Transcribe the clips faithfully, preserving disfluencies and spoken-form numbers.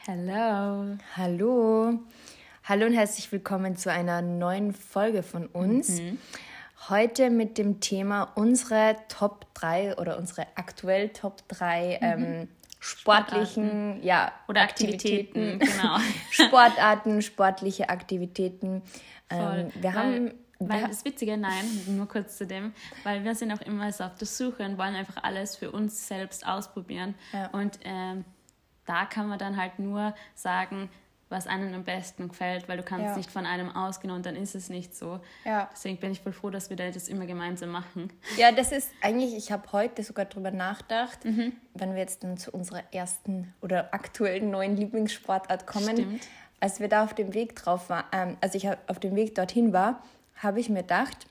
Hello. Hallo. Hallo und herzlich willkommen zu einer neuen Folge von uns. Mhm. Heute mit dem Thema unsere Top drei oder unsere aktuell Top drei mhm. ähm, sportlichen ja, oder Aktivitäten. Aktivitäten. Genau. Sportarten, sportliche Aktivitäten. Ähm, wir weil, haben... Weil das Witzige, nein, nur kurz zu dem, weil wir sind auch immer so auf der Suche und wollen einfach alles für uns selbst ausprobieren. Ja. Und ähm, da kann man dann halt nur sagen, was einem am besten gefällt, weil du kannst ja. nicht von einem ausgehen und dann ist es nicht so. Ja. Deswegen bin ich voll froh, dass wir das immer gemeinsam machen. Ja, das ist eigentlich, ich habe heute sogar drüber nachgedacht, mhm. wenn wir jetzt dann zu unserer ersten oder aktuellen neuen Lieblingssportart kommen. Stimmt. Als wir da auf dem Weg drauf waren, ähm, als ich auf dem Weg dorthin war, habe ich mir gedacht,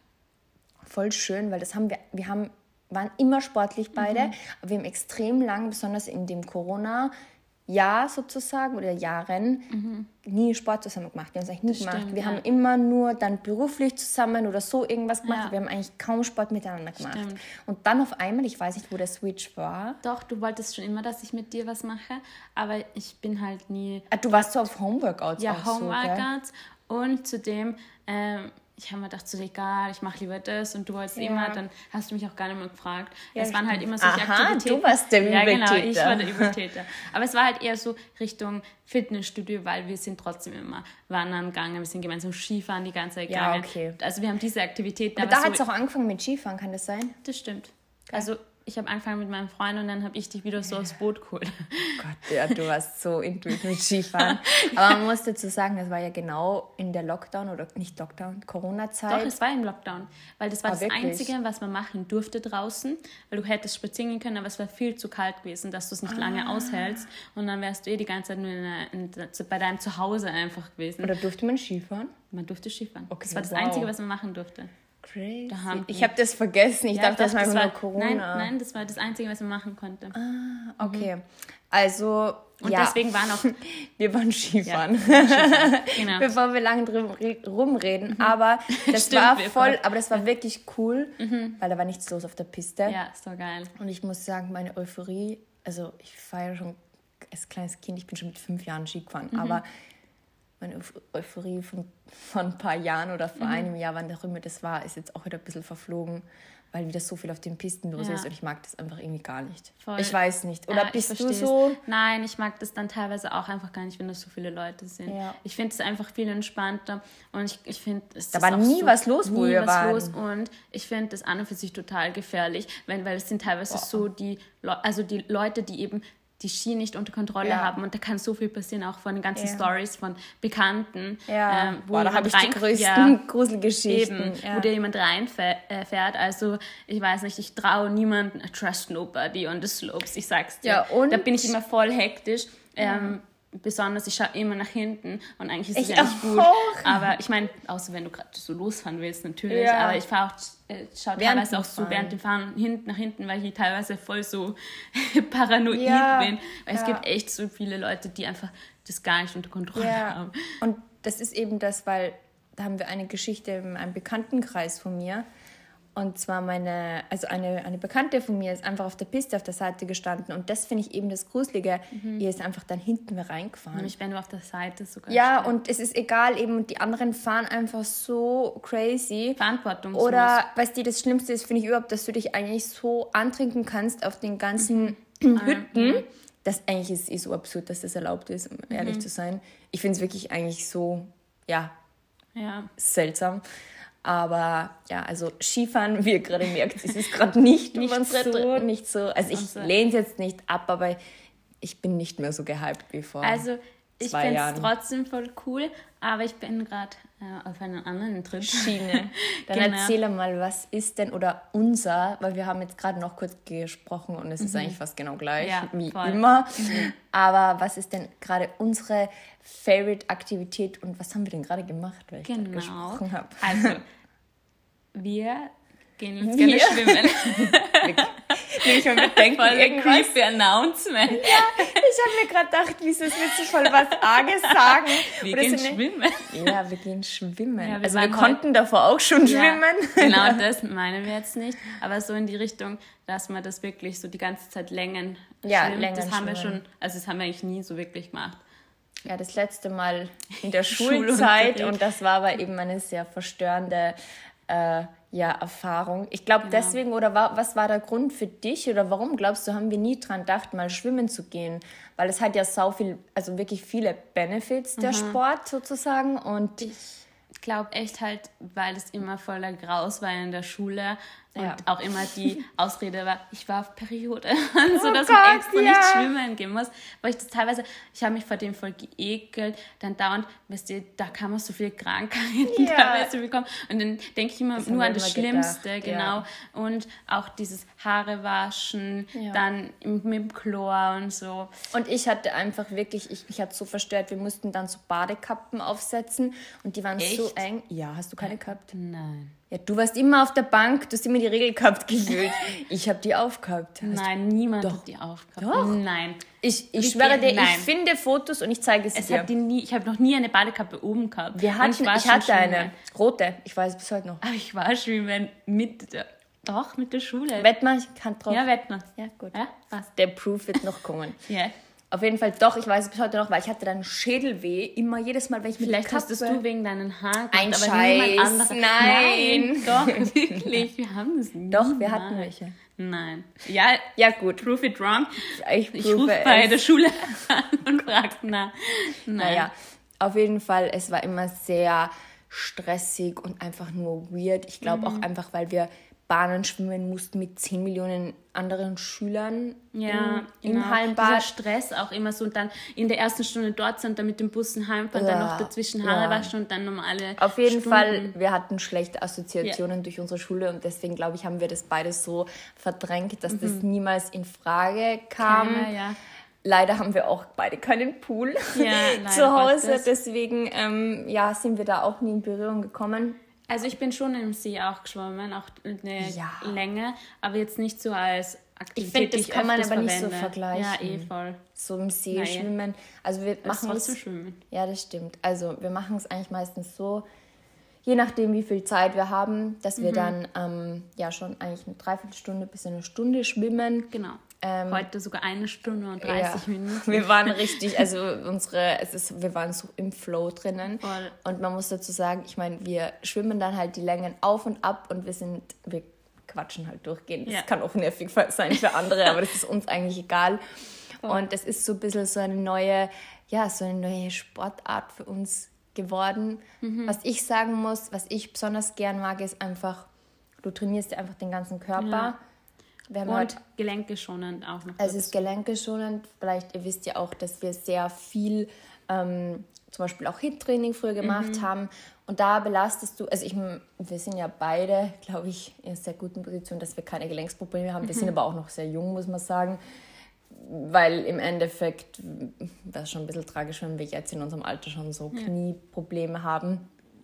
voll schön, weil das haben wir, wir haben, waren immer sportlich beide, mhm. aber wir haben extrem lang, besonders in dem Corona-Jahr sozusagen oder Jahren, mhm. nie Sport zusammen gemacht. Wir haben es eigentlich nie das gemacht. Stimmt, wir ja. haben immer nur dann beruflich zusammen oder so irgendwas gemacht. Ja. Wir haben eigentlich kaum Sport miteinander gemacht. Stimmt. Und dann auf einmal, ich weiß nicht, wo der Switch war. Doch, du wolltest schon immer, dass ich mit dir was mache, aber ich bin halt nie... Ah, du warst so auf Homeworkouts ja, auch Homeworkouts so, und zudem... Ähm, ich habe mir gedacht, so egal, ich mache lieber das und du wolltest ja. immer, dann hast du mich auch gar nicht mehr gefragt. Ja, es waren stimmt. halt immer solche Aha, Aktivitäten. Du warst der Übeltäter. Ja, genau, ich war der Übeltäter. Aber es war halt eher so Richtung Fitnessstudio, weil wir sind trotzdem immer wandern gegangen, wir sind gemeinsam Skifahren die ganze Zeit gegangen. Ja, okay. Also wir haben diese Aktivitäten. Aber, aber da so hat es auch angefangen mit Skifahren, kann das sein? Das stimmt. Okay. Also ich habe angefangen mit meinem Freund und dann habe ich dich wieder so aufs Boot geholt. Oh Gott, ja, du warst so intuitiv mit Skifahren. Aber man muss dazu sagen, das war ja genau in der Lockdown oder nicht Lockdown, Corona-Zeit. Doch, es war im Lockdown, weil das war ah, das wirklich? Einzige, was man machen durfte draußen, weil du hättest spazieren gehen können, aber es war viel zu kalt gewesen, dass du es nicht ah. lange aushältst und dann wärst du eh die ganze Zeit nur in einer, in, bei deinem Zuhause einfach gewesen. Oder durfte man Skifahren? Man durfte Skifahren. Okay, das war das wow. Einzige, was man machen durfte. Crazy. Ich habe das vergessen. Ich ja, dachte, das war nur Corona. Nein, nein, das war das Einzige, was man machen konnte. Ah, okay. Mhm. Also, und ja. deswegen waren auch... Wir waren Skifahren. Ja, Skifahren. Genau. Bevor wir lange drum rumreden. Mhm. Aber das Stimmt, war voll, aber das war wirklich cool, mhm. weil da war nichts los auf der Piste. Ja, so geil. Und ich muss sagen, meine Euphorie, also ich feiere schon als kleines Kind, ich bin schon mit fünf Jahren Ski gefahren, mhm. aber meine Euphorie von, von ein paar Jahren oder vor mhm. einem Jahr, wann auch immer das war, ist jetzt auch wieder ein bisschen verflogen, weil wieder so viel auf den Pisten los ja. ist und ich mag das einfach irgendwie gar nicht. Voll. Ich weiß nicht. Oder ja, bist du so? Nein, ich mag das dann teilweise auch einfach gar nicht, wenn da so viele Leute sind. Ja. Ich finde es einfach viel entspannter und ich, ich finde... Da war nie so, was los, wo wir waren. Los und ich finde das an und für sich total gefährlich, wenn, weil es sind teilweise Boah. so die, Le- also die Leute, die eben die Ski nicht unter Kontrolle ja. haben und da kann so viel passieren, auch von den ganzen ja. Stories von Bekannten. Ja. Ähm, wo Boah, da habe ich rein, die größten ja, Gruselgeschichten. Eben, ja. wo dir jemand reinfährt. Also ich weiß nicht, ich traue niemanden, I trust nobody on the slopes, ich sag's dir. Ja, und? Da bin ich immer voll hektisch. Ähm, ja. Besonders, ich schaue immer nach hinten und eigentlich ist es ja nicht gut. Auch. Aber ich meine, außer wenn du gerade so losfahren willst, natürlich. Ja. Aber ich fahre auch, äh, schaue teilweise auch so fahren. während dem Fahren hinten nach hinten, weil ich teilweise voll so paranoid ja. bin. Weil ja. es gibt echt so viele Leute, die einfach das gar nicht unter Kontrolle ja. haben. Und das ist eben das, weil da haben wir eine Geschichte in einem Bekanntenkreis von mir. Und zwar meine, also eine, eine Bekannte von mir ist einfach auf der Piste auf der Seite gestanden und das finde ich eben das Gruselige. Mhm. Ihr ist einfach dann hinten mehr reingefahren. Nämlich wenn du auf der Seite sogar Ja, stehst. Und es ist egal eben, und die anderen fahren einfach so crazy. Verantwortungslos. Oder, weißt du, das Schlimmste ist, finde ich überhaupt, dass du dich eigentlich so antrinken kannst auf den ganzen mhm. Hütten. Mhm. Das eigentlich ist eh so absurd, dass das erlaubt ist, um ehrlich mhm. zu sein. Ich finde es wirklich eigentlich so, ja, ja. seltsam. Aber ja, also Skifahren, wie ihr gerade merkt, es ist gerade nicht, nicht, so, nicht so. Also ich lehne es jetzt nicht ab, aber ich bin nicht mehr so gehypt wie vor Also ich zwei finde Jahren. es trotzdem voll cool, aber ich bin gerade äh, auf einer anderen Trip. Schiene. Dann genau. erzähl mal, was ist denn, oder unser, weil wir haben jetzt gerade noch kurz gesprochen und es mhm. ist eigentlich fast genau gleich, ja, wie voll. immer. Mhm. Aber was ist denn gerade unsere Favorite-Aktivität und was haben wir denn gerade gemacht, weil ich genau. gerade gesprochen habe? Also, wir gehen jetzt gerne schwimmen. Nämlich, wenn wir denken, voll irgendwas. Creepy Announcement. Ja, ich habe mir gerade gedacht, wieso ist mir so voll was Arges sagen. Wir Oder gehen so schwimmen. Eine... Ja, wir gehen schwimmen. Ja, wir also wir konnten heute... davor auch schon ja, schwimmen. Genau, das meinen wir jetzt nicht. Aber so in die Richtung, dass man das wirklich so die ganze Zeit Längen ja, schwimmt. Längen das haben schwimmen. wir schon, also das haben wir eigentlich nie so wirklich gemacht. ja, das letzte Mal in der Schulzeit und das war aber eben eine sehr verstörende äh, ja, Erfahrung. Ich glaube genau. deswegen, oder war, was war der Grund für dich oder warum glaubst du, haben wir nie dran gedacht, mal schwimmen zu gehen? Weil es hat ja sau viel, also wirklich viele Benefits, der mhm. Sport sozusagen. Und ich glaube echt halt, weil es immer voller Graus war in der Schule und ja. auch immer die Ausrede war, ich war auf Periode und so, oh dass Gott, man extra ja. nicht schwimmen gehen muss. Weil ich das teilweise, ich habe mich vor dem voll geekelt, dann dauernd, weißt du, da kann man so viele Krankheiten ja. teilweise bekommen und dann denke ich immer das nur an das Schlimmste, gedacht. genau. Ja. Und auch dieses Haare waschen, ja. dann mit dem Chlor und so. Und ich hatte einfach wirklich, ich, mich hat so verstört, wir mussten dann so Badekappen aufsetzen und die waren echt? so eng. Ja, hast du keine gehabt? Nein. Ja, du warst immer auf der Bank, du hast immer die Regel gehabt gefühlt. Ich habe die aufgehabt. Nein, niemand Doch. hat die aufgehabt. Doch. Nein. Ich, ich schwöre dir, nein. ich finde Fotos und ich zeige es, es dir. Hat die nie, ich habe noch nie eine Badekappe oben gehabt. Wir hatten, ich, ich hatte eine rote, ich weiß bis heute noch. Aber ich war schwimmen mit der, doch, mit der Schule. Wett mal, ich kann drauf. Ja, wett mal. Ja, gut. Ja, passt. Der Proof wird noch kommen. Ja. Auf jeden Fall doch, ich weiß es bis heute noch, weil ich hatte dann Schädelweh, immer jedes Mal, wenn ich mit Vielleicht Kappe... hast du wegen deinen Haaren Ein aber Scheiß, niemand anderes. nein. Nein, doch, wirklich, wir haben es nie. Doch, wir hatten welche. Nein. Ja, ja gut. Prove it wrong. Ich, ich rufe bei der Schule an und frage, na, nein. Naja, auf jeden Fall, es war immer sehr stressig und einfach nur weird. Ich glaube mhm. auch einfach, weil wir Bahnen schwimmen mussten mit zehn Millionen anderen Schülern ja, im, genau. im Hallenbad. Dieser Stress auch immer so und dann in der ersten Stunde dort sind, dann mit dem Bus heimfahren, ja, dann noch dazwischen Haare ja. waschen und dann normale Auf jeden Stunden. Fall, wir hatten schlechte Assoziationen ja. durch unsere Schule und deswegen, glaube ich, haben wir das beide so verdrängt, dass mhm. das niemals in Frage kam. Keine, ja. Leider haben wir auch beide keinen Pool ja, zu Hause, deswegen ähm, ja, sind wir da auch nie in Berührung gekommen. Also ich bin schon im See auch geschwommen, auch eine ja. Länge, aber jetzt nicht so als Aktivität. Ich finde, das kann man aber verwende. nicht so vergleichen. Ja, eh voll. So im See Nein. schwimmen. Also wir das machen es. Schwimmen. Ja, das stimmt. Also wir machen es eigentlich meistens so, je nachdem, wie viel Zeit wir haben, dass wir mhm. dann ähm, ja schon eigentlich eine Dreiviertelstunde bis eine Stunde schwimmen. Genau. Ähm, Heute sogar eine Stunde und dreißig ja, Minuten. Wir waren richtig, also unsere, es ist, wir waren so im Flow drinnen. Voll. Und man muss dazu sagen, ich meine, wir schwimmen dann halt die Längen auf und ab und wir sind, wir quatschen halt durchgehend. Das ja. kann auch nervig sein für andere, aber das ist uns eigentlich egal. Voll. Und das ist so ein bisschen so eine neue, ja, so eine neue Sportart für uns geworden. Mhm. Was ich sagen muss, was ich besonders gern mag, ist einfach, du trainierst dir einfach den ganzen Körper. Ja. Wir haben und halt, gelenkeschonend auch noch. Es ist gelenkeschonend. Vielleicht, ihr wisst ja auch, dass wir sehr viel, ähm, zum Beispiel auch Hit-Training früher gemacht mhm. haben. Und da belastest du, also ich, wir sind ja beide, glaube ich, in einer sehr guten Position, dass wir keine Gelenksprobleme haben. Wir mhm. sind aber auch noch sehr jung, muss man sagen. Weil im Endeffekt wäre es schon ein bisschen tragisch, wenn wir jetzt in unserem Alter schon so ja. Knieprobleme haben.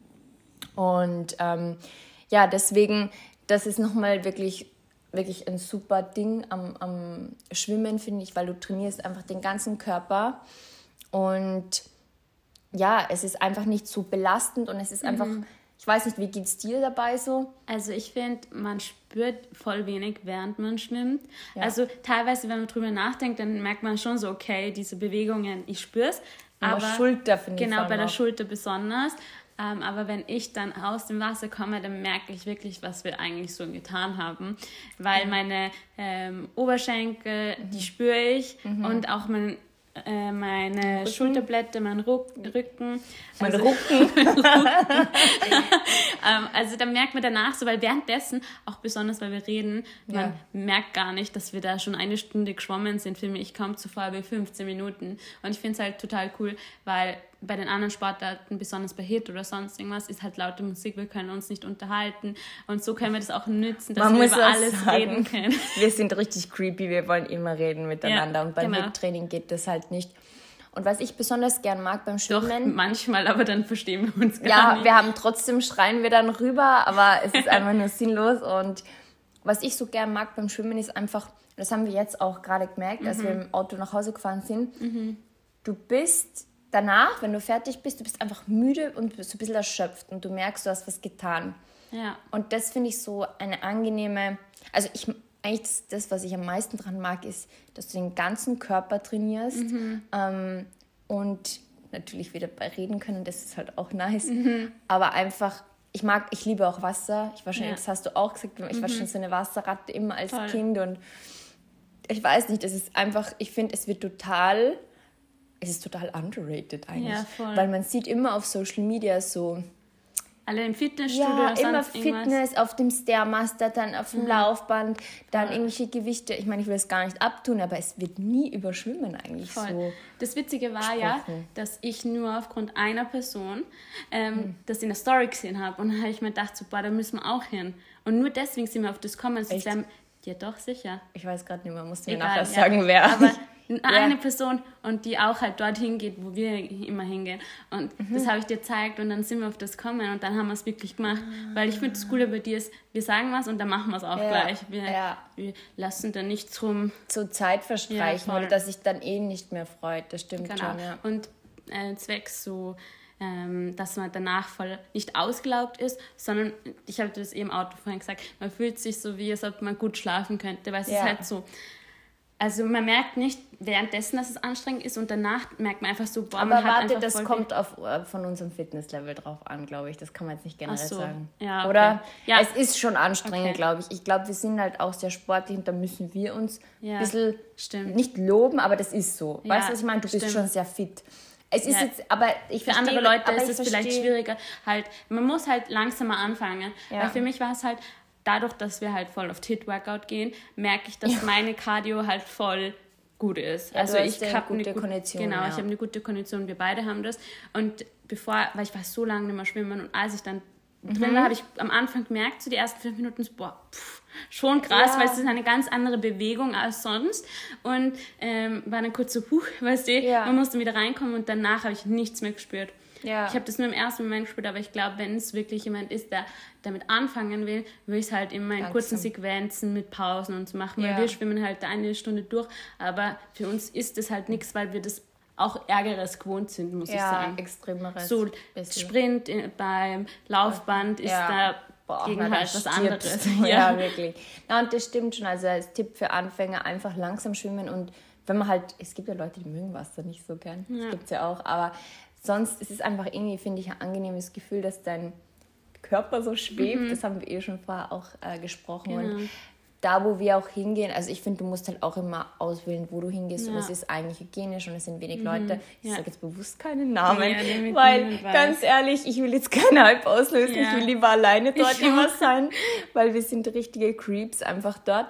Und ähm, ja, deswegen, das ist nochmal wirklich... wirklich ein super Ding am, am Schwimmen, finde ich, weil du trainierst einfach den ganzen Körper und ja, es ist einfach nicht so belastend und es ist einfach, mhm. ich weiß nicht, wie geht es dir dabei so? Also ich finde, man spürt voll wenig, während man schwimmt. Ja. Also teilweise, wenn man drüber nachdenkt, dann merkt man schon so, okay, diese Bewegungen, ich spüre es. Aber Schulter finde ich genau, bei der auch. Schulter besonders. Ähm, aber wenn ich dann aus dem Wasser komme, dann merke ich wirklich, was wir eigentlich so getan haben. Weil mhm. meine ähm, Oberschenkel, mhm. die spüre ich mhm. und auch mein, äh, meine Rücken. Schulterblätter, mein Ruck, Rücken. Mein also, Rücken. mein Rücken. ähm, also da merkt man danach so, weil währenddessen, auch besonders weil wir reden, man ja. merkt gar nicht, dass wir da schon eine Stunde geschwommen sind. Für mich kaum zuvor bei fünfzehn Minuten. Und ich finde es halt total cool, weil bei den anderen Sportarten, besonders bei Hit oder sonst irgendwas, ist halt laute Musik, wir können uns nicht unterhalten und so können wir das auch nützen, dass Man wir muss über alles sagen, reden können. Wir sind richtig creepy, wir wollen immer reden miteinander ja, und beim genau. Hit-Training geht das halt nicht. Und was ich besonders gern mag beim Schwimmen... Doch, manchmal, aber dann verstehen wir uns gar ja, nicht. Ja, wir haben trotzdem, schreien wir dann rüber, aber es ist einfach nur sinnlos und was ich so gern mag beim Schwimmen ist einfach, das haben wir jetzt auch gerade gemerkt, mhm. als wir im Auto nach Hause gefahren sind, mhm. du bist... Danach, wenn du fertig bist, du bist einfach müde und bist ein bisschen erschöpft und du merkst, du hast was getan. Ja. Und das finde ich so eine angenehme, also ich, eigentlich das, das, was ich am meisten dran mag, ist, dass du den ganzen Körper trainierst mhm. ähm, und natürlich wieder bei reden können. Das ist halt auch nice. Mhm. Aber einfach, ich mag, ich liebe auch Wasser. Ich war schon, ja. das hast du auch gesagt, ich mhm. war schon so eine Wasserratte immer als Voll. Kind. Und ich weiß nicht, es ist einfach, ich finde, es wird total, es ist total underrated eigentlich. Ja, voll. Weil man sieht immer auf Social Media so, alle im Fitnessstudio. Ja, immer Fitness, irgendwas. Auf dem Stairmaster, dann auf dem mhm. Laufband, dann Voll. Irgendwelche Gewichte. Ich meine, ich will es gar nicht abtun, aber es wird nie über Schwimmen eigentlich Voll. So. Das Witzige war gesprochen. Ja, dass ich nur aufgrund einer Person ähm, mhm. das in der Story gesehen habe. Und dann habe ich mir gedacht, so, boah, da müssen wir auch hin. Und nur deswegen sind wir auf das gekommen. Also haben, ja, doch, sicher. Ich weiß gerade nicht mehr, musst du mir nachher ja. sagen, wer. Aber eine ja. Person und die auch halt dorthin geht, wo wir immer hingehen. Und mhm. das habe ich dir gezeigt und dann sind wir auf das gekommen und dann haben wir es wirklich gemacht. Mhm. Weil ich finde, das Coole bei dir ist, wir sagen was und dann machen wir es auch ja. gleich. Wir, ja. wir lassen da nichts rum. Zur Zeit verstreichen ja, oder dass sich dann eh nicht mehr freut. Das stimmt genau. schon. Ja. Und äh, zwecks so, ähm, dass man danach voll nicht ausgelaugt ist, sondern, ich habe das eben im Auto vorhin gesagt, man fühlt sich so, wie als ob man gut schlafen könnte, weil es ja. ist halt so. Also man merkt nicht währenddessen, dass es anstrengend ist und danach merkt man einfach so, boah, aber man warte, hat einfach das voll kommt auf, von unserem Fitnesslevel drauf an, glaube ich. Das kann man jetzt nicht generell so. sagen. Ja, okay. Oder? Ja. Es ist schon anstrengend, Okay. glaube ich. Ich glaube, wir sind halt auch sehr sportlich und da müssen wir uns Ja, ein bisschen stimmt. nicht loben, aber das ist so. Ja, weißt du, was ich meine? Du bist stimmt. schon sehr fit. Es ist Ja. jetzt, aber ich Für verstehe, andere Leute aber ist ich es verstehe. vielleicht schwieriger. Halt, man muss halt langsamer anfangen. Ja. Weil für mich war es halt, dadurch, dass wir halt voll auf H I I T-Workout gehen, merke ich, dass ja. meine Cardio halt voll gut ist. Ja, also ich habe eine gute eine Kondition. Genau, ja. ich habe eine gute Kondition, wir beide haben das. Und bevor, weil ich war so lange nicht mehr schwimmen und als ich dann mhm. drin war, habe ich am Anfang gemerkt, so die ersten fünf Minuten, so, boah, pff, schon krass, ja. weil es ist eine ganz andere Bewegung als sonst. Und ähm, war dann kurz so, puh, weißt du, ja. man musste wieder reinkommen und danach habe ich nichts mehr gespürt. Ja. Ich habe das nur im ersten Moment gespürt, aber ich glaube, wenn es wirklich jemand ist, der damit anfangen will, will ich es halt immer in Langsam. kurzen Sequenzen mit Pausen und so machen, weil ja. wir schwimmen halt eine Stunde durch, aber für uns ist das halt nichts, weil wir das auch Ärgeres gewohnt sind, muss ja, ich sagen. Extremeres. So bisschen. Sprint in, beim Laufband ist ja. da Boah, gegen halt was anderes. Ja. ja, wirklich. Ja, und das stimmt schon. Also als Tipp für Anfänger, einfach langsam schwimmen und wenn man halt, es gibt ja Leute, die mögen Wasser nicht so gern, ja. das gibt es ja auch, aber sonst ist es einfach irgendwie, finde ich, ein angenehmes Gefühl, dass dein Körper so schwebt. Mhm. Das haben wir eh schon vorher auch äh, gesprochen. Genau. Und da, wo wir auch hingehen, also ich finde, du musst halt auch immer auswählen, wo du hingehst. Ja. Und es ist eigentlich hygienisch und es sind wenig mhm. Leute. Ich ja. sage jetzt bewusst keinen Namen, ja, weil ganz ehrlich, ich will jetzt keinen Hype auslösen. Ja. Ich will lieber alleine dort immer sein, weil wir sind richtige Creeps einfach dort.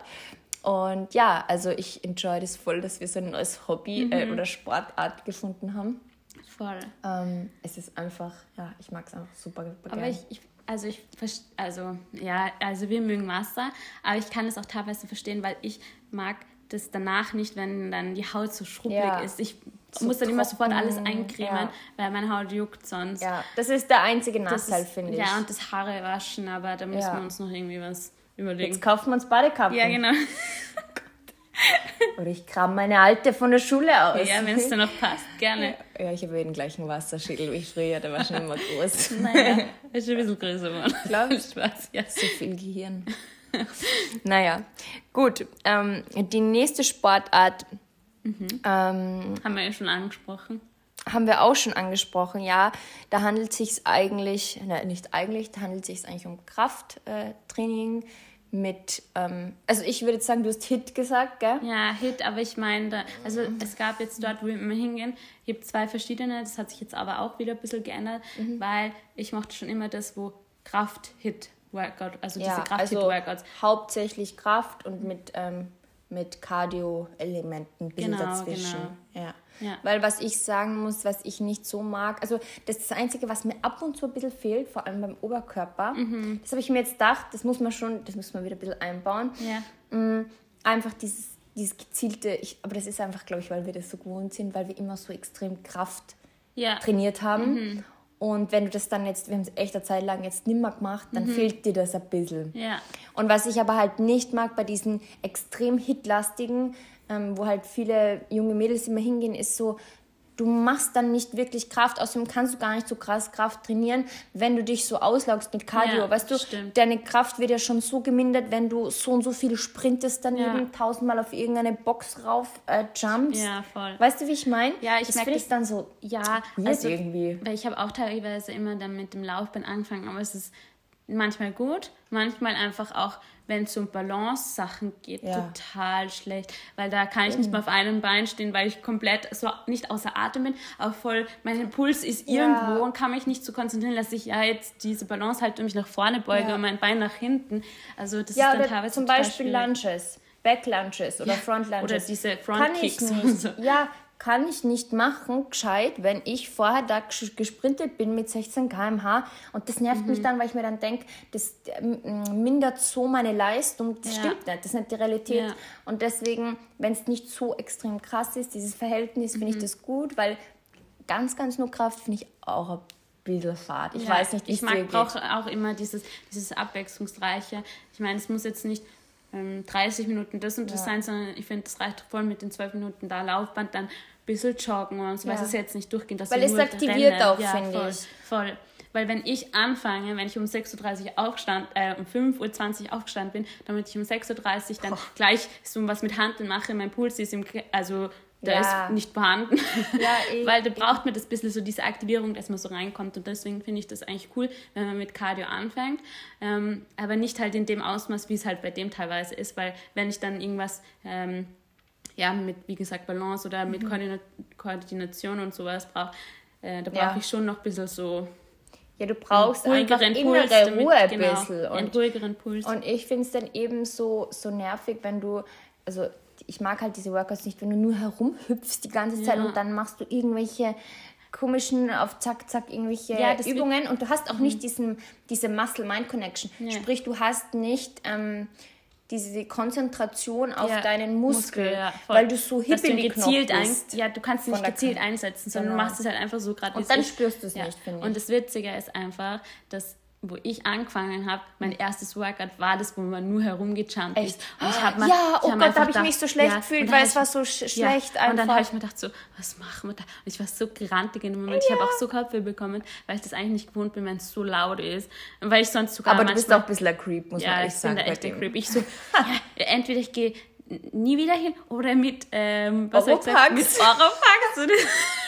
Und ja, also ich enjoy das voll, dass wir so ein neues Hobby mhm. äh, oder Sportart gefunden haben. Voll. Ähm, es ist einfach, ja, ich mag es einfach super, super aber gern. ich, ich, also ich, also ja, also wir mögen Wasser, aber ich kann es auch teilweise verstehen, weil ich mag das danach nicht, wenn dann die Haut so schrubbelig ja. ist. Ich so muss dann trocken, immer sofort alles eincremen, ja. weil meine Haut juckt sonst. Ja, das ist der einzige Nachteil, finde ich. Ja, und das Haare waschen, aber da müssen ja. wir uns noch irgendwie was überlegen. Jetzt kaufen wir uns Badekappen. Ja, genau. Oder ich kram meine alte von der Schule aus. Ja, wenn es dir noch passt, gerne. Ja, ich habe ja den gleichen Wasserschädel wie früher, der war schon immer groß. Naja, ist schon ein bisschen größer geworden. Glaube ich. Spaß, ja. So viel Gehirn. Naja, gut. Ähm, die nächste Sportart mhm. ähm, haben wir ja schon angesprochen. Haben wir auch schon angesprochen, ja. Da handelt es sich eigentlich, na, nicht eigentlich, da handelt es sich eigentlich um Krafttraining. Äh, mit, ähm, also ich würde jetzt sagen, du hast H I I T gesagt, gell? Ja, H I I T, aber ich meine, also es gab jetzt dort, wo wir immer hingehen, gibt zwei verschiedene, das hat sich jetzt aber auch wieder ein bisschen geändert, mhm. weil ich mochte schon immer das, wo Kraft-H I I T-Workout, also ja, diese Kraft-H I I T-Workouts. Also hauptsächlich Kraft und mit, ähm, mit Cardio-Elementen ein bisschen genau, dazwischen. Genau. Ja. Ja. Weil was ich sagen muss, was ich nicht so mag, also das ist das Einzige, was mir ab und zu ein bisschen fehlt, vor allem beim Oberkörper. Mhm. Das habe ich mir jetzt gedacht, das muss man schon, das muss man wieder ein bisschen einbauen. Ja. Mhm. Einfach dieses, dieses gezielte, ich, aber das ist einfach, glaube ich, weil wir das so gewohnt sind, weil wir immer so extrem Kraft ja. trainiert haben. Mhm. Und wenn du das dann jetzt, wir haben es echt eine Zeit lang jetzt nicht mehr gemacht, dann mhm. fehlt dir das ein bisschen. Ja. Und was ich aber halt nicht mag bei diesen extrem hitlastigen, ähm, wo halt viele junge Mädels immer hingehen, ist so, du machst dann nicht wirklich Kraft, außerdem kannst du gar nicht so krass Kraft trainieren, wenn du dich so auslaugst mit Cardio, ja, weißt du, stimmt. Deine Kraft wird ja schon so gemindert, wenn du so und so viel sprintest daneben, ja. tausendmal auf irgendeine Box rauf äh, jumpst. Ja, voll. Weißt du, wie ich meine? Ja, ich merke das dann so, ja, also, irgendwie. Weil ich habe auch teilweise immer dann mit dem Laufband angefangen, aber es ist manchmal gut, manchmal einfach auch, wenn es um Balance-Sachen geht, ja. total schlecht, weil da kann ich nicht mal auf einem Bein stehen, weil ich komplett so nicht außer Atem bin, aber voll, mein Puls ist ja. irgendwo und kann mich nicht so konzentrieren, dass ich ja jetzt diese Balance halt und mich nach vorne beuge ja. und mein Bein nach hinten, also das ja, ist dann teilweise zum Beispiel schwierig. Lunges, Back-Lunges oder ja. Front-Lunges. Oder diese Front-Kicks. So. Ja, kann ich nicht machen, gescheit, wenn ich vorher da gesprintet bin mit sechzehn Kilometer pro Stunde und das nervt mhm. mich dann, weil ich mir dann denke, das mindert so meine Leistung, das ja. stimmt nicht, das ist nicht die Realität ja. und deswegen, wenn es nicht so extrem krass ist, dieses Verhältnis, mhm. finde ich das gut, weil ganz, ganz nur Kraft finde ich auch ein bisschen fad. Ich ja, weiß nicht, wie es dir geht. Ich brauche auch immer dieses, dieses Abwechslungsreiche. Ich meine, es muss jetzt nicht dreißig Minuten das und das ja. sein, sondern ich finde, das reicht voll mit den zwölf Minuten da Laufband, dann ein bisschen joggen und so, ja. weil es jetzt nicht durchgehen, dass weil es aktiviert auch, ja, finde voll, ich. Voll. Weil wenn ich anfange, wenn ich um sechs Uhr dreißig aufgestand, äh, um fünf Uhr zwanzig aufgestanden bin, damit ich um sechs Uhr dreißig dann oh. gleich so was mit Hanteln mache, mein Puls ist im, also der ja. ist nicht vorhanden, ja, ich, weil da braucht man das bisschen so diese Aktivierung, dass man so reinkommt und deswegen finde ich das eigentlich cool, wenn man mit Cardio anfängt, ähm, aber nicht halt in dem Ausmaß, wie es halt bei dem teilweise ist, weil wenn ich dann irgendwas, ähm, ja, mit, wie gesagt, Balance oder mit mhm. Koordina- Koordination und sowas brauche, äh, da brauche ja. ich schon noch ein bisschen so ja, du brauchst einfach innere damit, Ruhe ein genau, bisschen. Und, einen ruhigeren Puls. Und ich finde es dann eben so, so nervig, wenn du, also ich mag halt diese Workouts nicht, wenn du nur herumhüpfst die ganze Zeit ja. und dann machst du irgendwelche komischen, auf zack, zack, irgendwelche ja, Übungen und du hast auch mhm. nicht diesen, diese Muscle-Mind-Connection. Ja. Sprich, du hast nicht ähm, diese Konzentration auf ja. deinen Muskel, Muskel ja, weil du so hippelig noch bist. Ein, ja, du kannst ihn nicht gezielt einsetzen, sondern genau. du machst es halt einfach so gerade. Und dann spürst du es ja. nicht, finde ich. Und das Witzige ist einfach, dass wo ich angefangen habe, mein erstes Workout war das, wo man nur herumgejumpt ist. Und ich hab mal, ja, oh ich hab Gott, da habe ich mich so schlecht ja, gefühlt, weil es war so sch- ja, schlecht einfach. Und dann habe ich mir gedacht so, was machen wir da? Und ich war so grantig in dem Moment. Ja. Ich habe auch so Kopfweh bekommen, weil ich das eigentlich nicht gewohnt bin, wenn es so laut ist. Und weil ich sonst sogar Aber manchmal, du bist auch ein bisschen ein Creep, muss ja, man echt sagen. Ja, ich bin da echt ein Creep. Ich so, ja, entweder ich gehe nie wieder hin oder mit, ähm, was soll ich sagen, mit Oropax.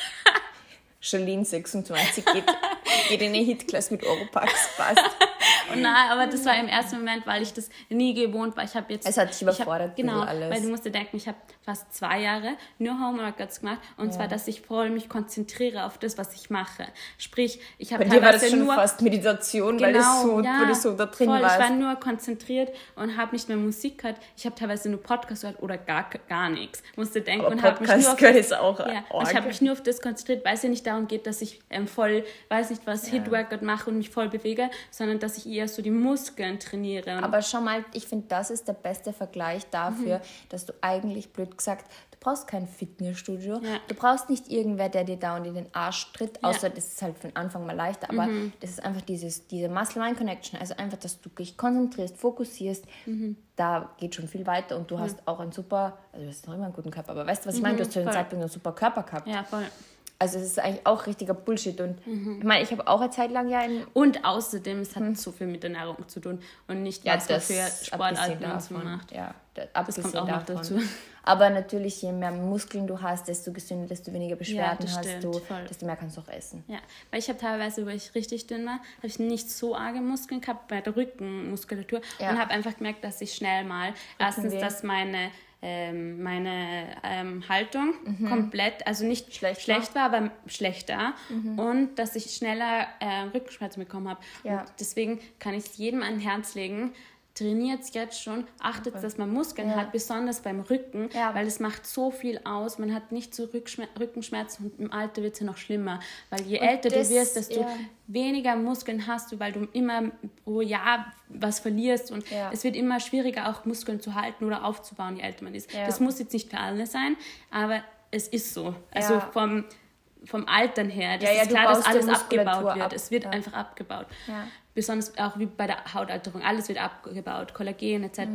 Charlene sechsundzwanzig geht, geht in eine Hitklasse mit Oropax, passt. Und nein, aber das war im ersten Moment, weil ich das nie gewohnt war. Ich habe jetzt, es hat dich überfordert, hab, genau, alles. Weil du musst dir denken, ich habe fast zwei Jahre nur Homeworkouts gemacht und ja. zwar, dass ich voll mich konzentriere auf das, was ich mache. Sprich, ich habe teilweise nur... Bei dir war das schon nur, fast Meditation, genau, weil, das so, ja, weil du so da drin voll, warst. Ich war nur konzentriert und habe nicht mehr Musik gehört. Ich habe teilweise nur Podcast gehört oder gar, gar nichts. Musste denken aber und habe mich nur auf das, ist auch ja, und ich habe mich nur auf das konzentriert, weil es ja nicht darum geht, dass ich ähm, voll, weiß nicht was, ja. Hit-Workout mache und mich voll bewege, sondern dass ich eher so die Muskeln trainiere. Aber schau mal, ich finde, das ist der beste Vergleich dafür, mhm. dass du eigentlich, blöd gesagt, du brauchst kein Fitnessstudio, ja. du brauchst nicht irgendwer, der dir dauernd in den Arsch tritt, außer ja. das ist halt von Anfang mal leichter, aber mhm. das ist einfach dieses, diese Muscle-Mind-Connection, also einfach, dass du dich konzentrierst, fokussierst, mhm. da geht schon viel weiter und du mhm. hast auch einen super, also du hast noch immer einen guten Körper, aber weißt du, was ich mhm, meine? Du hast zu dem Zeitpunkt einen super Körper gehabt. Ja, voll. Also es ist eigentlich auch richtiger Bullshit und mhm. ich meine, ich habe auch eine Zeit lang ja in... Und außerdem, es hat hm. so viel mit Ernährung zu tun und nicht, ja, was man für Sportarten und so macht. Ja, das, das kommt auch noch dazu. Aber natürlich, je mehr Muskeln du hast, desto gesünder, desto weniger Beschwerden ja, hast stimmt, du, voll. desto mehr kannst du auch essen. Ja, weil ich habe teilweise, wo ich richtig dünn war, habe ich nicht so arge Muskeln gehabt bei der Rückenmuskulatur ja. und habe einfach gemerkt, dass ich schnell mal, erstens, dass meine... Ähm, meine ähm, Haltung mhm. komplett, also nicht schlecht, schlecht war, aber schlechter mhm. und dass ich schneller äh, Rückenschmerzen bekommen habe. Ja. Und deswegen kann ich es jedem an Herz legen, trainiert es jetzt schon, achtet, okay. dass man Muskeln ja. hat, besonders beim Rücken, ja. weil es macht so viel aus. Man hat nicht so Rückschmer- Rückenschmerzen und im Alter wird es ja noch schlimmer, weil je und älter das, du wirst, desto ja. weniger Muskeln hast du, weil du immer pro Jahr was verlierst und ja. es wird immer schwieriger, auch Muskeln zu halten oder aufzubauen, je älter man ist. Ja. Das muss jetzt nicht für alle sein, aber es ist so. Also ja. vom vom Altern her, das ja, ja, ist klar, dass alles abgebaut wird. Ab. Es wird ja. einfach abgebaut. Ja. Besonders auch wie bei der Hautalterung. Alles wird abgebaut, Kollagen et cetera. Mhm.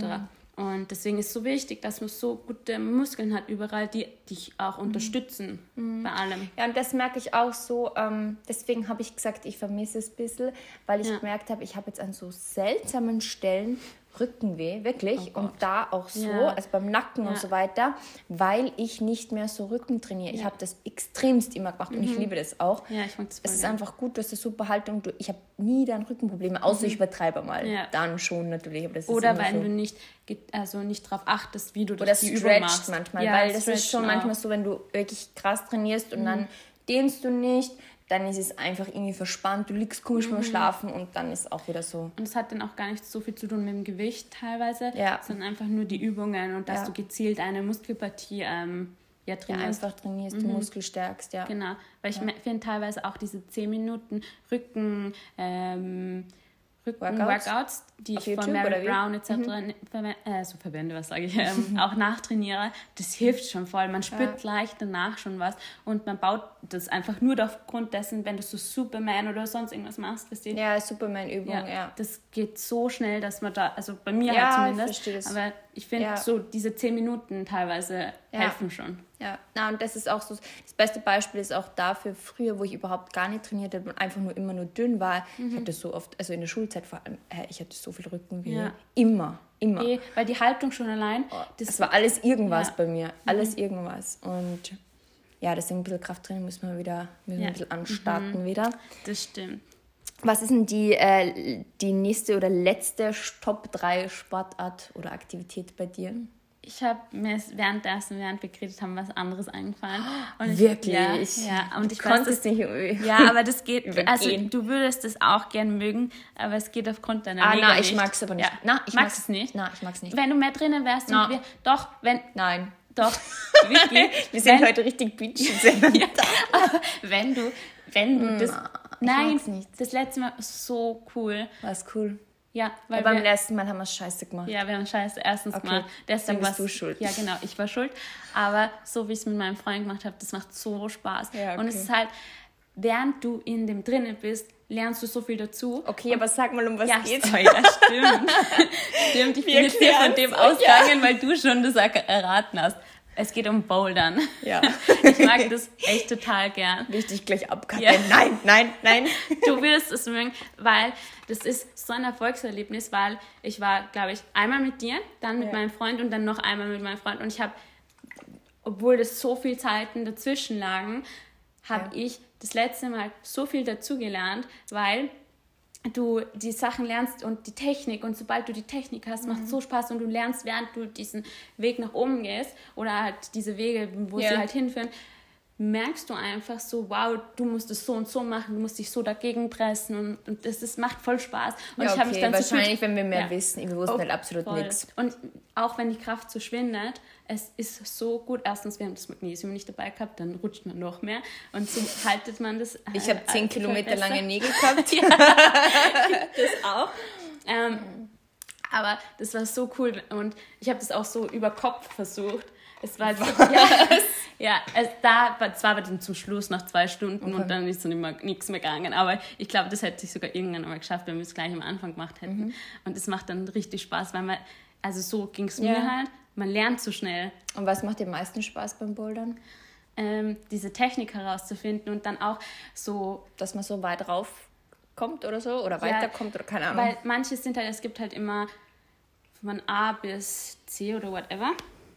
Und deswegen ist es so wichtig, dass man so gute Muskeln hat überall, die dich auch unterstützen mhm. bei allem. Ja, und das merke ich auch so. Ähm, deswegen habe ich gesagt, ich vermisse es ein bisschen, weil ich ja. gemerkt habe, ich habe jetzt an so seltsamen Stellen Rückenweh, wirklich. Oh und da auch so, ja. also beim Nacken ja. und so weiter, weil ich nicht mehr so Rücken trainiere. Ja. Ich habe das extremst immer gemacht mhm. und ich liebe das auch. Ja, ich mag das voll es ist gern. Einfach gut, dass das super Haltung. Ich habe nie dann Rückenprobleme, außer mhm. ich übertreibe mal. Ja. Dann schon natürlich. Aber das Oder ist weil so. du nicht, also nicht darauf achtest, wie du das Oder die Übung machst. manchmal, ja, weil das ist schon auch. manchmal so, wenn du wirklich krass trainierst und mhm. dann dehnst du nicht, dann ist es einfach irgendwie verspannt, du liegst komisch mhm. beim Schlafen und dann ist es auch wieder so. Und es hat dann auch gar nicht so viel zu tun mit dem Gewicht teilweise, ja. sondern einfach nur die Übungen und dass ja. du gezielt eine Muskelpartie ähm, ja, trainierst. Ja, einfach trainierst, mhm. den Muskel stärkst, ja. Genau, weil ich ja. finde teilweise auch diese zehn Minuten Rücken, ähm, Rücken-Workouts, die Auf ich YouTube von Mary Brown et cetera Mhm. Verwende, äh, so verwende, was sage ich, ähm, auch nachtrainiere, das hilft schon voll. Man spürt ja. gleich danach schon was und man baut das einfach nur aufgrund dessen, wenn du so Superman oder sonst irgendwas machst. Weißt du? Ja, Superman-Übung, ja, ja. Das geht so schnell, dass man da, also bei mir ja, halt zumindest, ich aber ich finde ja. so diese zehn Minuten teilweise ja. helfen schon. Ja, na und das ist auch so, das beste Beispiel ist auch dafür, früher, wo ich überhaupt gar nicht trainiert habe und einfach nur immer nur dünn war, mhm. ich hatte so oft, also in der Schulzeit vor allem, ich hatte so viel Rückenweh, ja. immer, immer. E, weil die Haltung schon allein. Oh, das, das war alles irgendwas ja. bei mir, alles mhm. irgendwas und ja, deswegen ein bisschen Krafttraining müssen wir wieder müssen ja. ein bisschen anstarten mhm. wieder. Das stimmt. Was ist denn die, äh, die nächste oder letzte Top drei Sportart oder Aktivität bei dir? Ich habe mir währenddessen, während wir geredet haben, was anderes eingefallen. Und ich, Wirklich? Ja, ja. Und ich konnte es nicht irgendwie. Ja, aber das geht, übergehen. Also du würdest das auch gern mögen, aber es geht aufgrund deiner Ah, Mega nein, nicht. ich mag es aber nicht. Ja. Na, ich mag's es nicht? Nein, ich mag es nicht. Wenn du mehr drinnen wärst no. und wir, doch, wenn... Nein. Doch, wirklich. Wir sind wenn, heute richtig bitchig. ja, aber wenn du, wenn du das... No, nein, nicht. Das letzte Mal war so cool. War es cool? Ja, weil ja, beim wir, letzten Mal haben wir es scheiße gemacht. Ja, wir haben scheiße erstens okay. gemacht. Deswegen dann bist du schuld. Ja, genau, ich war schuld. Aber so wie ich es mit meinem Freund gemacht habe, das macht so Spaß. Ja, okay. Und es ist halt, während du in dem drinnen bist, lernst du so viel dazu. Okay, und aber sag mal, um was ja, geht's? Oh, ja, stimmt. Stimmt, ich bin jetzt hier von dem ausgegangen, ja. weil du schon das erraten hast. Es geht um Bouldern. Ja. Ich mag das echt total gern. Richtig gleich abkacken. Ja. Nein, nein, nein. Du würdest es mögen, weil das ist so ein Erfolgserlebnis, weil ich war, glaube ich, einmal mit dir, dann mit ja. meinem Freund und dann noch einmal mit meinem Freund. Und ich habe, obwohl das so viele Zeiten dazwischen lagen, habe ja. ich das letzte Mal so viel dazugelernt, weil du die Sachen lernst und die Technik und sobald du die Technik hast, macht es mhm. so Spaß und du lernst, während du diesen Weg nach oben gehst oder halt diese Wege, wo ja. sie halt hinführen, merkst du einfach so, wow, du musst es so und so machen, du musst dich so dagegen pressen und, und das, das macht voll Spaß. Und ja, ich habe okay. mich dann wahrscheinlich, so wenn wir mehr ja. wissen, wir wussten oh, halt absolut nichts. Und auch wenn die Kraft so schwindet, es ist so gut. Erstens, wir haben das Magnesium nicht dabei gehabt, dann rutscht man noch mehr und so haltet man das. Ich habe zehn Kilometer lange Nägel gehabt. Ja, das auch. Ähm, aber das war so cool und ich habe das auch so über Kopf versucht. Es war so, ja, ja es, da, es war aber dann zum Schluss nach zwei Stunden okay. und dann ist dann immer nichts mehr gegangen. Aber ich glaube, das hätte ich sogar irgendwann einmal geschafft, wenn wir es gleich am Anfang gemacht hätten. Mhm. Und es macht dann richtig Spaß, weil man, also so ging es ja. mir halt, man lernt so schnell. Und was macht dir am meisten Spaß beim Bouldern? Ähm, diese Technik herauszufinden und dann auch so... Dass man so weit raufkommt oder so oder ja, weiterkommt oder keine Ahnung. Weil manche sind halt, es gibt halt immer von A bis C oder whatever.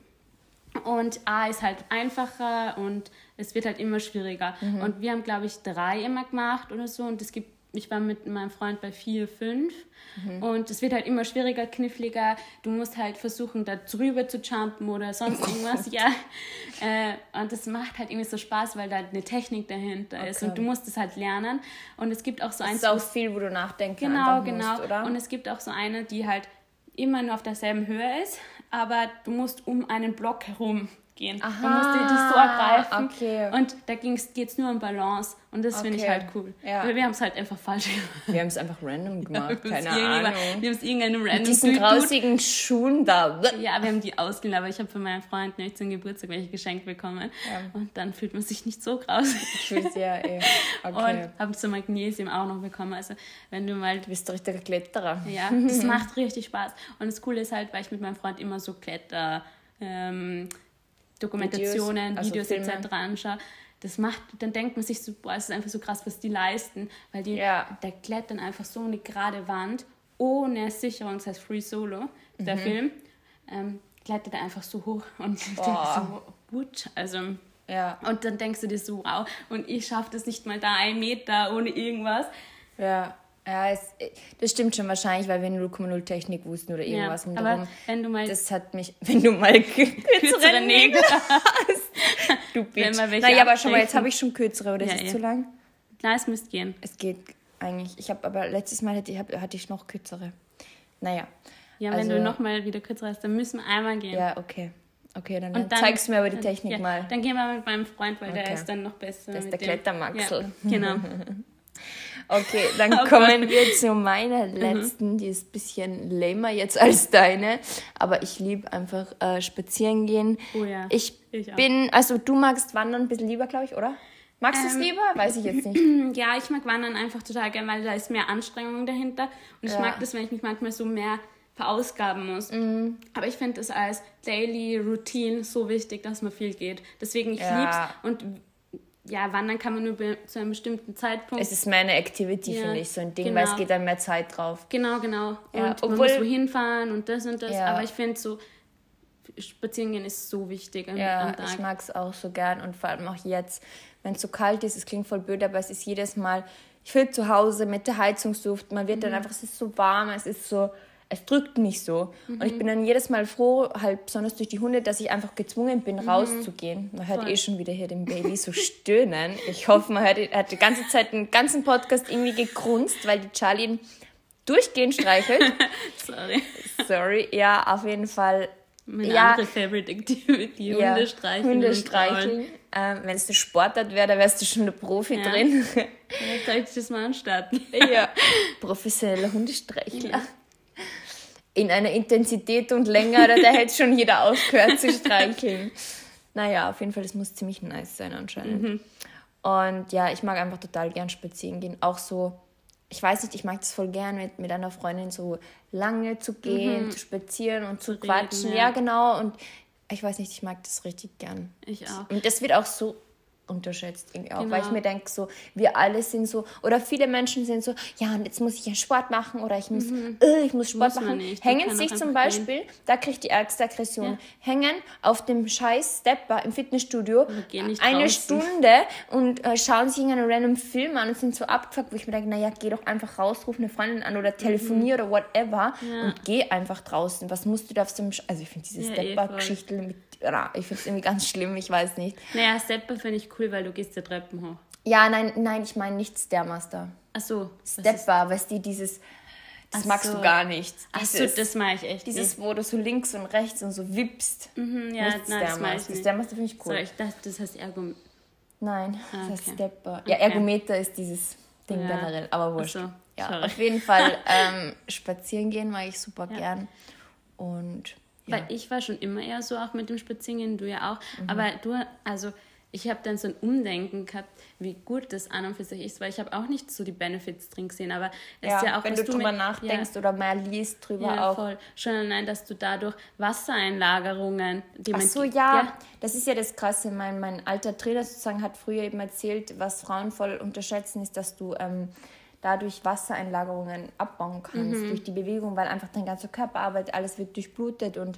Und A ist halt einfacher und es wird halt immer schwieriger. Mhm. Und wir haben, glaube ich, drei immer gemacht oder so. Und es gibt, ich war mit meinem Freund bei vier, fünf. Mhm. Und es wird halt immer schwieriger, kniffliger. Du musst halt versuchen, da drüber zu jumpen oder sonst irgendwas. ja. Äh, und das macht halt irgendwie so Spaß, weil da eine Technik dahinter okay. ist. Und du musst es halt lernen. Und es gibt auch so eins... Es ist auch viel, wo du nachdenken genau, musst, genau. oder? Und es gibt auch so eine, die halt immer nur auf derselben Höhe ist, aber du musst um einen Block herum gehen. Aha, man musste dich so ergreifen. Okay. Und da geht es nur um Balance. Und das okay. finde ich halt cool. Ja. Weil wir haben es halt einfach falsch gemacht. Wir haben es einfach random gemacht, keine Ahnung. Wir haben es irgendeinem random Mit diesen grausigen Schuhen da. Ja, wir haben die ausgeliehen, aber ich habe von meinem Freund nämlich zum Geburtstag welche geschenkt bekommen. Ja. Und dann fühlt man sich nicht so grausig. Fühlt ja eh. Okay. Und habe so Magnesium auch noch bekommen. Also wenn du mal... Du bist ein richtiger Kletterer. Ja, das macht richtig Spaß. Und das Coole ist halt, weil ich mit meinem Freund immer so Kletter... Ähm, Dokumentationen, Videos, also Videos et cetera anschaue, das macht, dann denkt man sich so, boah, es ist einfach so krass, was die leisten, weil die, ja. da klettern einfach so eine gerade Wand, ohne Sicherung, das heißt Free Solo, der mhm. Film, ähm, klettert er einfach so hoch und ich denke so, gut, also, ja. Und dann denkst du dir so, wow, und ich schaffe das nicht mal da einen Meter ohne irgendwas. Ja. Ja, es, das stimmt schon wahrscheinlich, weil wir null Komma null Technik wussten oder irgendwas. Ja, und aber darum, wenn du mal... Das hat mich... Wenn du mal kürzere Nägel hast. Du Bitch. Naja, aber schon mal, jetzt habe ich schon kürzere, oder ja, ist es ja. zu lang? Nein, es müsste gehen. Es geht eigentlich. Ich habe aber letztes Mal hatte ich, hatte ich noch kürzere. Naja. Ja, also, wenn du nochmal wieder kürzere hast, dann müssen wir einmal gehen. Ja, okay. Okay, dann, dann zeigst du mir aber die Technik ja, mal. Dann gehen wir mit meinem Freund, weil okay. der ist dann noch besser. Das ist der Klettermaxel. Ja, genau. Okay, dann oh kommen Gott. wir zu meiner letzten, mhm. die ist ein bisschen lamer jetzt als deine, aber ich liebe einfach äh, spazieren gehen. Oh ja, ich, ich bin, also du magst Wandern ein bisschen lieber, glaube ich, oder? Magst du es ähm, lieber? Weiß ich jetzt nicht. Ja, ich mag Wandern einfach total gerne, weil da ist mehr Anstrengung dahinter und ich ja. mag das, wenn ich mich manchmal so mehr verausgaben muss. Mhm. Aber ich finde es als Daily Routine so wichtig, dass man viel geht. Deswegen, ich ja. lieb's und ja, wandern kann man nur be- zu einem bestimmten Zeitpunkt. Es ist meine Activity, ja, finde ich, so ein Ding, genau. weil es geht dann mehr Zeit drauf. Genau, genau. Und ja, man obwohl, muss wohin fahren und das und das. Ja. Aber ich finde so, spazieren gehen ist so wichtig am, ja, am Tag. Ich mag es auch so gern und vor allem auch jetzt, wenn es so kalt ist, es klingt voll blöd, aber es ist jedes Mal, ich fühle zu Hause mit der Heizungsluft, man wird mhm. dann einfach, es ist so warm, es ist so... Es drückt mich so. Mhm. Und ich bin dann jedes Mal froh, halt besonders durch die Hunde, dass ich einfach gezwungen bin, mhm. rauszugehen. Man hört Voll. eh schon wieder hier den Baby so stöhnen. Ich hoffe, man hört, er hat die ganze Zeit den ganzen Podcast irgendwie gegrunzt, weil die Charlie ihn durchgehend streichelt. Sorry. Sorry, ja, auf jeden Fall. Meine ja, andere Favorite Activity, ja, Hunde streicheln. Hunde streicheln. Ähm, Wenn es eine Sportart wäre, da wärst du schon der Profi ja. drin. Vielleicht sollte ich das mal anstarten. Ja, professioneller Hundestreichler. Ja. In einer Intensität und Länge, da hätte schon jeder aufgehört zu streicheln. Naja, auf jeden Fall, das muss ziemlich nice sein anscheinend. Mhm. Und ja, ich mag einfach total gern spazieren gehen. Auch so, ich weiß nicht, ich mag das voll gern, mit, mit einer Freundin so lange zu gehen, mhm. zu spazieren und zu, zu quatschen. Reden, ja. ja, genau. Und ich weiß nicht, ich mag das richtig gern. Ich auch. Und das wird auch so unterschätzt irgendwie auch, genau. weil ich mir denke, so, wir alle sind so, oder viele Menschen sind so, ja, und jetzt muss ich ja Sport machen oder ich muss, mhm. äh, ich muss Sport muss machen. Hängen sich zum Beispiel, gehen. Da kriegt die ärgste Aggression, ja. hängen auf dem scheiß Stepper im Fitnessstudio eine draußen. Stunde und äh, schauen sich einen random Film an und sind so abgefuckt, wo ich mir denke, naja, geh doch einfach raus, ruf eine Freundin an oder telefonier mhm. oder whatever ja. und geh einfach draußen. Was musst du da auf so einem, Sch- also ich finde diese ja, Stepper-Geschichte mit, ja, ich finde es irgendwie ganz schlimm, ich weiß nicht. Naja, Stepper finde ich cool, weil du gehst die Treppen hoch. Ja, nein, nein, ich meine nicht Stairmaster. Ach so. Stepper, weißt du, dieses, das Ach magst so. du gar nicht. Dieses, Ach so, das mag ich echt Dieses, nicht. wo du so links und rechts und so wippst. Mhm, ja, nicht nein, das mag ich nicht. Stairmaster finde ich cool. So, ich dachte, das heißt Ergometer. Nein, das ah, okay. heißt Stepper. Ja, okay. Ergometer ist dieses Ding ja. generell, aber wurscht. So, ja, auf jeden Fall ähm, spazieren gehen mag ich super ja. gern. Und... Ja. Weil ich war schon immer eher so auch mit dem Spazierengehen, du ja auch. Mhm. Aber du, also ich habe dann so ein Umdenken gehabt, wie gut das an und für sich ist, weil ich habe auch nicht so die Benefits drin gesehen, aber es ja, ist ja auch, wenn was du drüber mit, nachdenkst ja, oder mehr liest drüber ja, auch. Voll. Schon allein, dass du dadurch Wassereinlagerungen... Die Ach so, ja, ja, das ist ja das Krasse. Mein, mein alter Trainer sozusagen hat früher eben erzählt, was Frauen voll unterschätzen, ist, dass du... Ähm, dadurch Wassereinlagerungen abbauen kannst mhm. durch die Bewegung, weil einfach dein ganzer Körper arbeitet, alles wird durchblutet und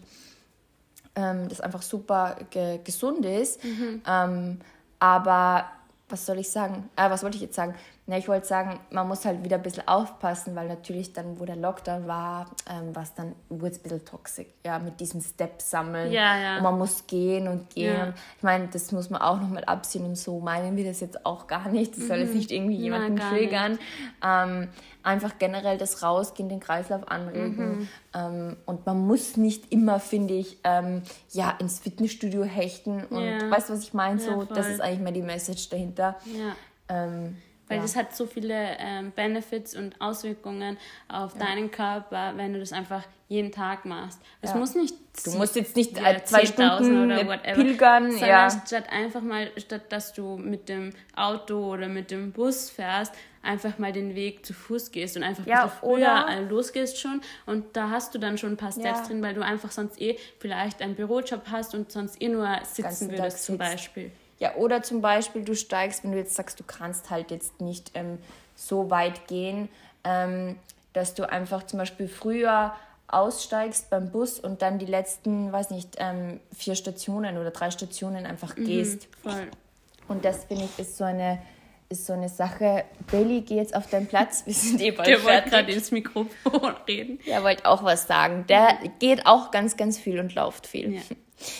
ähm, das einfach super ge- gesund ist. Mhm. Ähm, aber was soll ich sagen? Äh, was wollte ich jetzt sagen? Na, ich wollte sagen, man muss halt wieder ein bisschen aufpassen, weil natürlich dann, wo der Lockdown war, ähm, was dann wurde es ein bisschen toxisch, ja, mit diesen Steps sammeln. Ja, ja. Und man muss gehen und gehen. Ja. Ich meine, das muss man auch nochmal absehen und so meinen wir das jetzt auch gar nicht. Das soll jetzt nicht irgendwie jemanden Nein, triggern. Ähm, einfach generell das Rausgehen, den Kreislauf anregen. Mhm. Ähm, und man muss nicht immer, finde ich, ähm, ja, ins Fitnessstudio hechten. Und ja. weißt du, was ich meine? So, ja, das ist eigentlich mehr die Message dahinter. Ja. Ähm, Weil ja. das hat so viele ähm, Benefits und Auswirkungen auf ja. deinen Körper, wenn du das einfach jeden Tag machst. Es ja. muss nicht... Du musst jetzt nicht ja, zwei Stunden oder whatever, pilgern. Sondern ja. statt einfach mal, statt dass du mit dem Auto oder mit dem Bus fährst, einfach mal den Weg zu Fuß gehst und einfach ja, ein bisschen früher oder losgehst schon. Und da hast du dann schon ein paar Steps ja. drin, weil du einfach sonst eh vielleicht einen Bürojob hast und sonst eh nur sitzen würdest zum Beispiel. Ja, oder zum Beispiel, du steigst, wenn du jetzt sagst, du kannst halt jetzt nicht ähm, so weit gehen, ähm, dass du einfach zum Beispiel früher aussteigst beim Bus und dann die letzten, weiß nicht, ähm, vier Stationen oder drei Stationen einfach gehst. Mhm, voll. Und das, finde ich, ist so eine, ist so eine Sache. Bailey, geh jetzt auf deinen Platz, wir sind eh bald Der fertig. wollte gerade ins Mikrofon reden. Der wollte auch was sagen. Der geht auch ganz, ganz viel und läuft viel. Ja.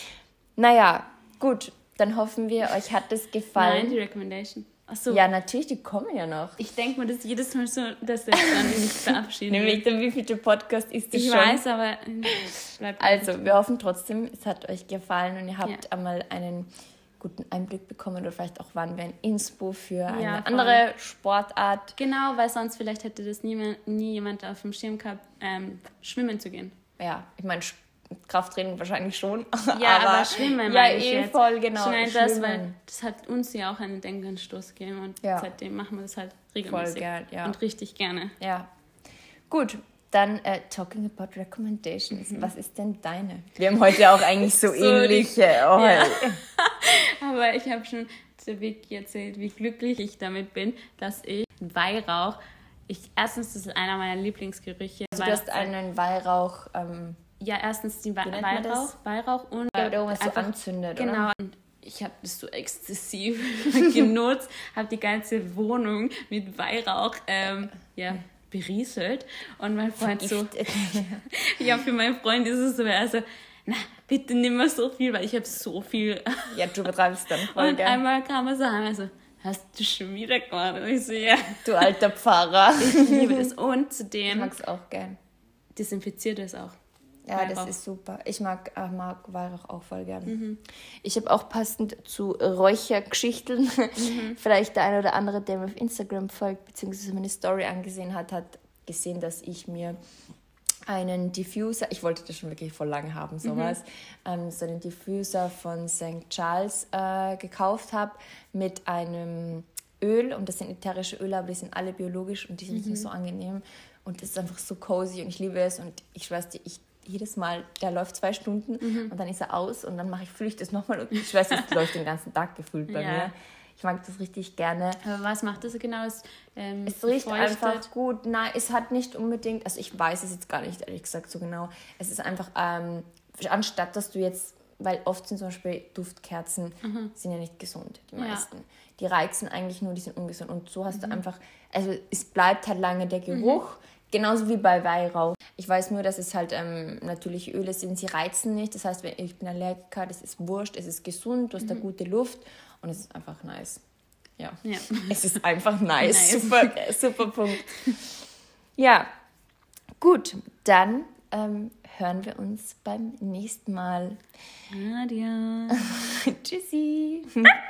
Naja, gut. Dann hoffen wir, euch hat es gefallen. Nein, die Recommendation. Ach so. Ja, natürlich, die kommen ja noch. Ich denke mir das jedes Mal so, dass ich dann nicht verabschieden Nämlich der wievielte Podcast ist das ich schon. Ich weiß, aber bleibt Also, nicht. Wir hoffen trotzdem, es hat euch gefallen und ihr habt ja. einmal einen guten Einblick bekommen oder vielleicht auch waren wir ein Inspo für eine ja, andere Sportart. Genau, weil sonst vielleicht hätte das nie, nie jemand auf dem Schirm gehabt, ähm, schwimmen zu gehen. Ja, ich meine, Krafttraining wahrscheinlich schon. Ja, aber, aber Schwimmen ja, meine ich eh jetzt. voll, genau. Schnell das, weil das hat uns ja auch einen Denkanstoß gegeben und ja. seitdem machen wir das halt regelmäßig. Voll gern, ja. Und richtig gerne. Ja. Gut, dann uh, talking about recommendations. Mhm. Was ist denn deine? Wir haben heute auch eigentlich so, so ähnliche. Oh, ja. Aber ich habe schon zu Vicky erzählt, wie glücklich ich damit bin, dass ich Weihrauch, ich, erstens, das ist einer meiner Lieblingsgerüche. Also du hast einen Weihrauch... Ähm, Ja, erstens die Weihrauch, Weihrauch und ja, der was so anzündet, genau. Oder? Und ich habe das so exzessiv genutzt, habe die ganze Wohnung mit Weihrauch ähm, ja, berieselt. Und mein Freund so, ja, für meinen Freund ist es so, also, na, bitte nimm mal so viel, weil ich habe so viel. Ja, du betreibst dann voll. Und gern. einmal kam er so heim, also, hast du schon wieder gemacht? Und ich so, ja. Du alter Pfarrer. Ich liebe das. Und zudem... Ich mag es auch gern. Desinfiziert es auch. Ja, Weihrauch. Das ist super. Ich mag, äh, mag Weihrauch auch voll gern. Mhm. Ich habe auch passend zu Räuchergeschichten, mhm. vielleicht der eine oder andere, der mir auf Instagram folgt, beziehungsweise meine Story angesehen hat, hat gesehen, dass ich mir einen Diffuser, ich wollte das schon wirklich voll lange haben, sowas, mhm. ähm, so einen Diffuser von Sankt Charles äh, gekauft habe mit einem Öl, und das sind ätherische Öle, aber die sind alle biologisch und die sind mhm. so angenehm und das ist einfach so cozy und ich liebe es und ich schwör's dir, ich jedes Mal, der läuft zwei Stunden mhm. und dann ist er aus und dann mache ich, fühle ich das nochmal und ich weiß, es läuft den ganzen Tag gefühlt bei ja. mir. Ich mag das richtig gerne. Aber was macht das genau? Es, ähm, es riecht feuchtet. Einfach gut. Nein, es hat nicht unbedingt, also ich weiß es jetzt gar nicht, ehrlich gesagt, so genau. Es ist einfach, ähm, anstatt dass du jetzt, weil oft sind zum Beispiel Duftkerzen, mhm. sind ja nicht gesund, die meisten. Ja. Die reizen eigentlich nur, die sind ungesund. Und so hast mhm. du einfach, also es bleibt halt lange der Geruch, mhm. genauso wie bei Weihrauch. Ich weiß nur, dass es halt ähm, natürliche Öle sind, sie reizen nicht. Das heißt, wenn, ich bin Allergiker, das ist wurscht, es ist gesund, du hast mhm. da gute Luft und es ist einfach nice. Ja, ja. Es ist einfach nice. nice. Super, super Punkt. Ja, gut, dann ähm, hören wir uns beim nächsten Mal. Adios. Tschüssi.